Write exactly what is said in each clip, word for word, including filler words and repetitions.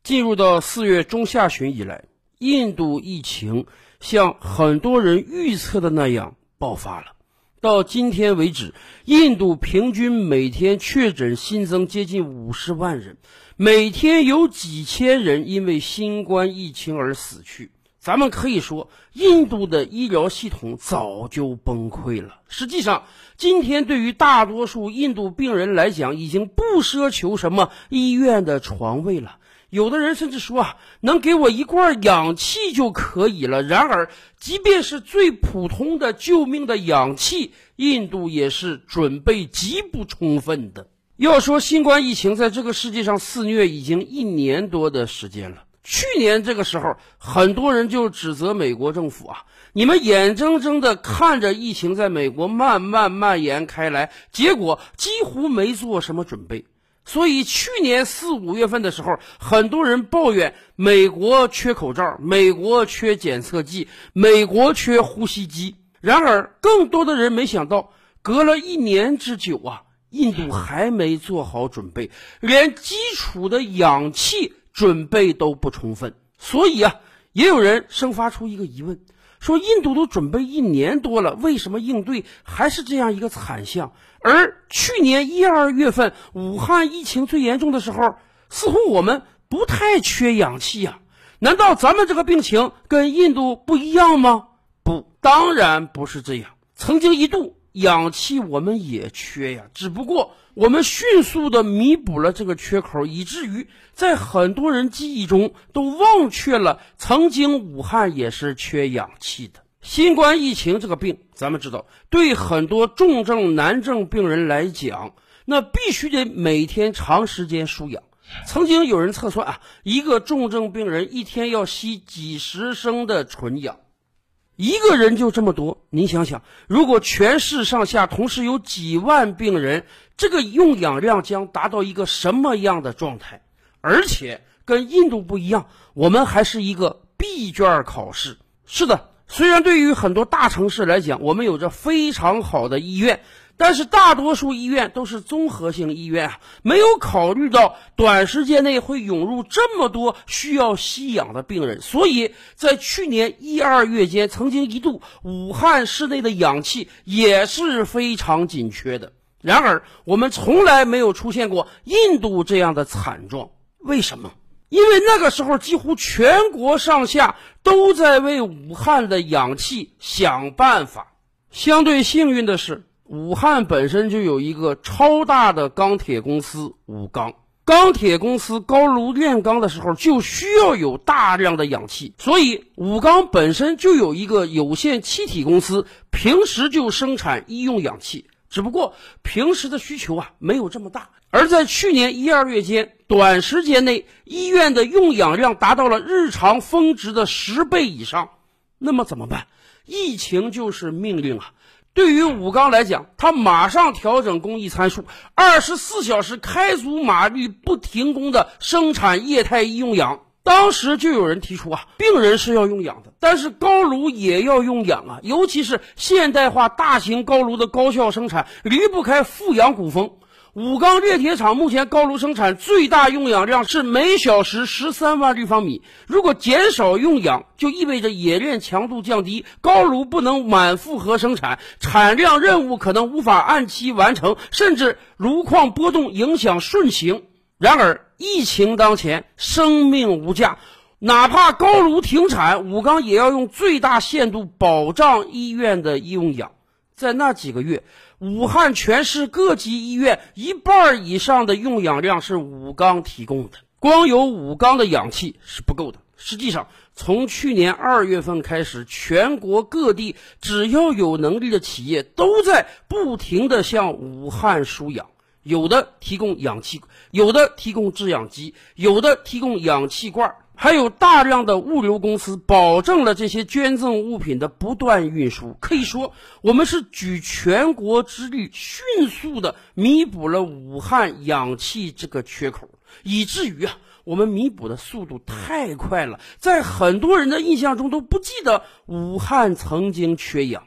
进入到四月中下旬以来，印度疫情像很多人预测的那样爆发了。到今天为止，印度平均每天确诊新增接近五十万人，每天有几千人因为新冠疫情而死去。咱们可以说，印度的医疗系统早就崩溃了。实际上，今天对于大多数印度病人来讲，已经不奢求什么医院的床位了。有的人甚至说啊，能给我一罐氧气就可以了。然而，即便是最普通的救命的氧气，印度也是准备极不充分的。要说新冠疫情在这个世界上肆虐已经一年多的时间了。去年这个时候，很多人就指责美国政府啊，你们眼睁睁地看着疫情在美国慢慢蔓延开来，结果几乎没做什么准备。所以去年四五月份的时候，很多人抱怨美国缺口罩，美国缺检测剂，美国缺呼吸机。然而更多的人没想到，隔了一年之久啊，印度还没做好准备，连基础的氧气准备都不充分。所以啊，也有人生发出一个疑问，说印度都准备一年多了，为什么应对还是这样一个惨象？而去年一二月份武汉疫情最严重的时候，似乎我们不太缺氧气啊。难道咱们这个病情跟印度不一样吗？不，当然不是这样。曾经一度氧气我们也缺呀，只不过我们迅速的弥补了这个缺口，以至于在很多人记忆中都忘却了曾经武汉也是缺氧气的。新冠疫情这个病，咱们知道，对很多重症难症病人来讲，那必须得每天长时间输氧。曾经有人测算啊，一个重症病人一天要吸几十升的纯氧。一个人就这么多，您想想，如果全市上下同时有几万病人，这个用氧量将达到一个什么样的状态？而且跟印度不一样，我们还是一个闭卷考试。是的，虽然对于很多大城市来讲，我们有着非常好的医院，但是大多数医院都是综合性医院啊，没有考虑到短时间内会涌入这么多需要吸氧的病人。所以在去年一二月间，曾经一度武汉市内的氧气也是非常紧缺的。然而我们从来没有出现过印度这样的惨状。为什么？因为那个时候几乎全国上下都在为武汉的氧气想办法。相对幸运的是，武汉本身就有一个超大的钢铁公司武钢，钢铁公司高炉炼钢的时候就需要有大量的氧气，所以武钢本身就有一个有限气体公司，平时就生产医用氧气，只不过平时的需求啊没有这么大。而在去年一二月间，短时间内医院的用氧量达到了日常峰值的十倍以上。那么怎么办？疫情就是命令啊。对于武钢来讲，他马上调整工艺参数，二十四小时开足马力不停工的生产液态医用氧。当时就有人提出啊，病人是要用氧的，但是高炉也要用氧啊，尤其是现代化大型高炉的高效生产离不开富氧股风。武钢炼铁厂目前高炉生产最大用氧量是每小时十三万立方米，如果减少用氧，就意味着冶炼强度降低，高炉不能满负荷生产，产量任务可能无法按期完成，甚至炉况波动影响顺行。然而疫情当前，生命无价，哪怕高炉停产，武钢也要用最大限度保障医院的医用氧。在那几个月，武汉全市各级医院一半以上的用氧量是武钢提供的，光有武钢的氧气是不够的。实际上，从去年二月份开始，全国各地只要有能力的企业都在不停地向武汉输氧，有的提供氧气，有的提供制氧机，有的提供氧气罐，还有大量的物流公司保证了这些捐赠物品的不断运输。可以说，我们是举全国之力迅速的弥补了武汉氧气这个缺口，以至于啊，我们弥补的速度太快了，在很多人的印象中都不记得武汉曾经缺氧。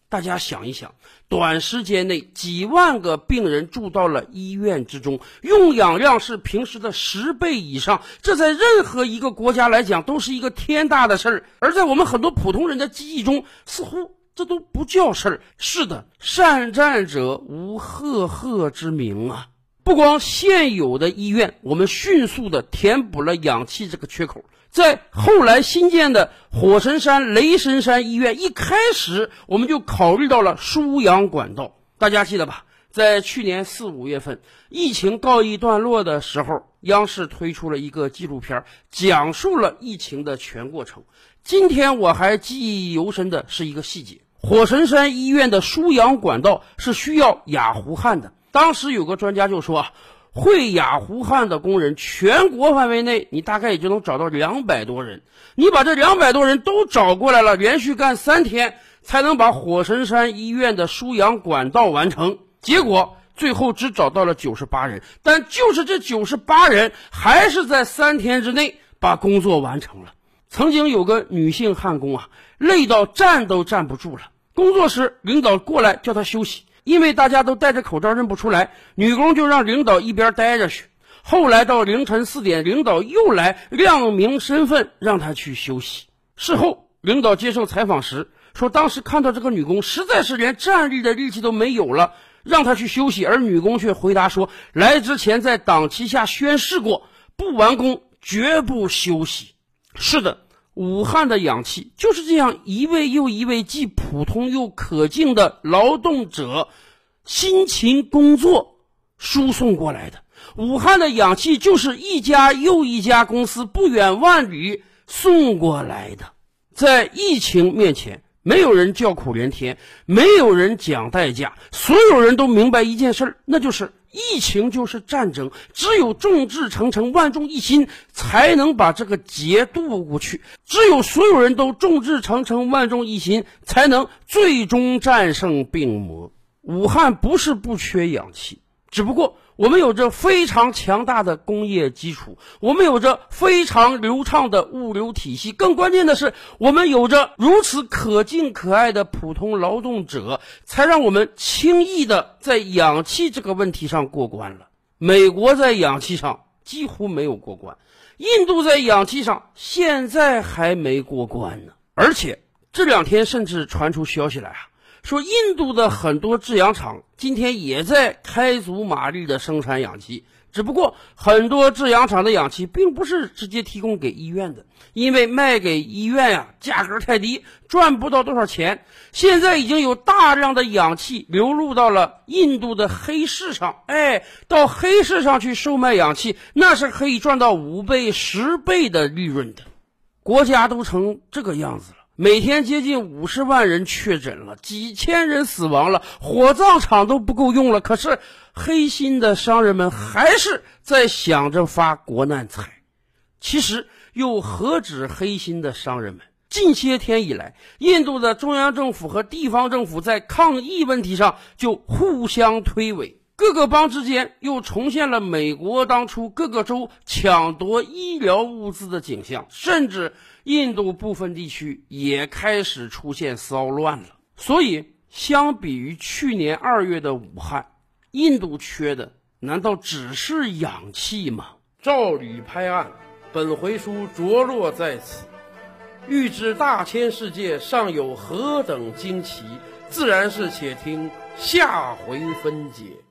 大家想一想，短时间内几万个病人住到了医院之中，用氧量是平时的十倍以上，这在任何一个国家来讲都是一个天大的事儿，而在我们很多普通人的记忆中，似乎这都不叫事儿。是的，善战者无赫赫之名啊！不光现有的医院，我们迅速的填补了氧气这个缺口，在后来新建的火神山、雷神山医院，一开始我们就考虑到了输氧管道。大家记得吧？在去年四五月份，疫情告一段落的时候，央视推出了一个纪录片，讲述了疫情的全过程。今天我还记忆犹深的是一个细节，火神山医院的输氧管道是需要氩弧焊的。当时有个专家就说啊，会氩弧焊的工人全国范围内你大概也就能找到两百多人，你把这两百多人都找过来了，连续干三天才能把火神山医院的输氧管道完成。结果最后只找到了九十八人，但就是这九十八人还是在三天之内把工作完成了。曾经有个女性焊工啊，累到站都站不住了，工作时领导过来叫她休息，因为大家都戴着口罩认不出来，女工就让领导一边待着去。后来到凌晨四点，领导又来亮明身份，让她去休息。事后领导接受采访时说，当时看到这个女工实在是连站立的力气都没有了，让她去休息，而女工却回答说，来之前在党旗下宣誓过，不完工绝不休息。是的，武汉的氧气就是这样一位又一位既普通又可敬的劳动者辛勤工作输送过来的。武汉的氧气就是一家又一家公司不远万里送过来的。在疫情面前，没有人叫苦连天，没有人讲代价，所有人都明白一件事，那就是疫情就是战争，只有众志成城、万众一心才能把这个劫渡过去，只有所有人都众志成城、万众一心才能最终战胜病魔。武汉不是不缺氧气，只不过我们有着非常强大的工业基础，我们有着非常流畅的物流体系，更关键的是我们有着如此可敬可爱的普通劳动者，才让我们轻易的在氧气这个问题上过关了。美国在氧气上几乎没有过关，印度在氧气上现在还没过关呢。而且这两天甚至传出消息来啊，说印度的很多制氧厂今天也在开足马力的生产氧气，只不过很多制氧厂的氧气并不是直接提供给医院的，因为卖给医院呀、啊、价格太低，赚不到多少钱。现在已经有大量的氧气流入到了印度的黑市上，哎，到黑市上去售卖氧气，那是可以赚到五倍、十倍的利润的。国家都成这个样子了，每天接近五十万人确诊了，几千人死亡了，火葬场都不够用了，可是黑心的商人们还是在想着发国难财。其实又何止黑心的商人们，近些天以来，印度的中央政府和地方政府在抗疫问题上就互相推诿，各个邦之间又重现了美国当初各个州抢夺医疗物资的景象，甚至印度部分地区也开始出现骚乱了。所以相比于去年二月的武汉，印度缺的难道只是氧气吗？照吕拍案，本回书着落在此。欲知大千世界尚有何等惊奇，自然是且听下回分解。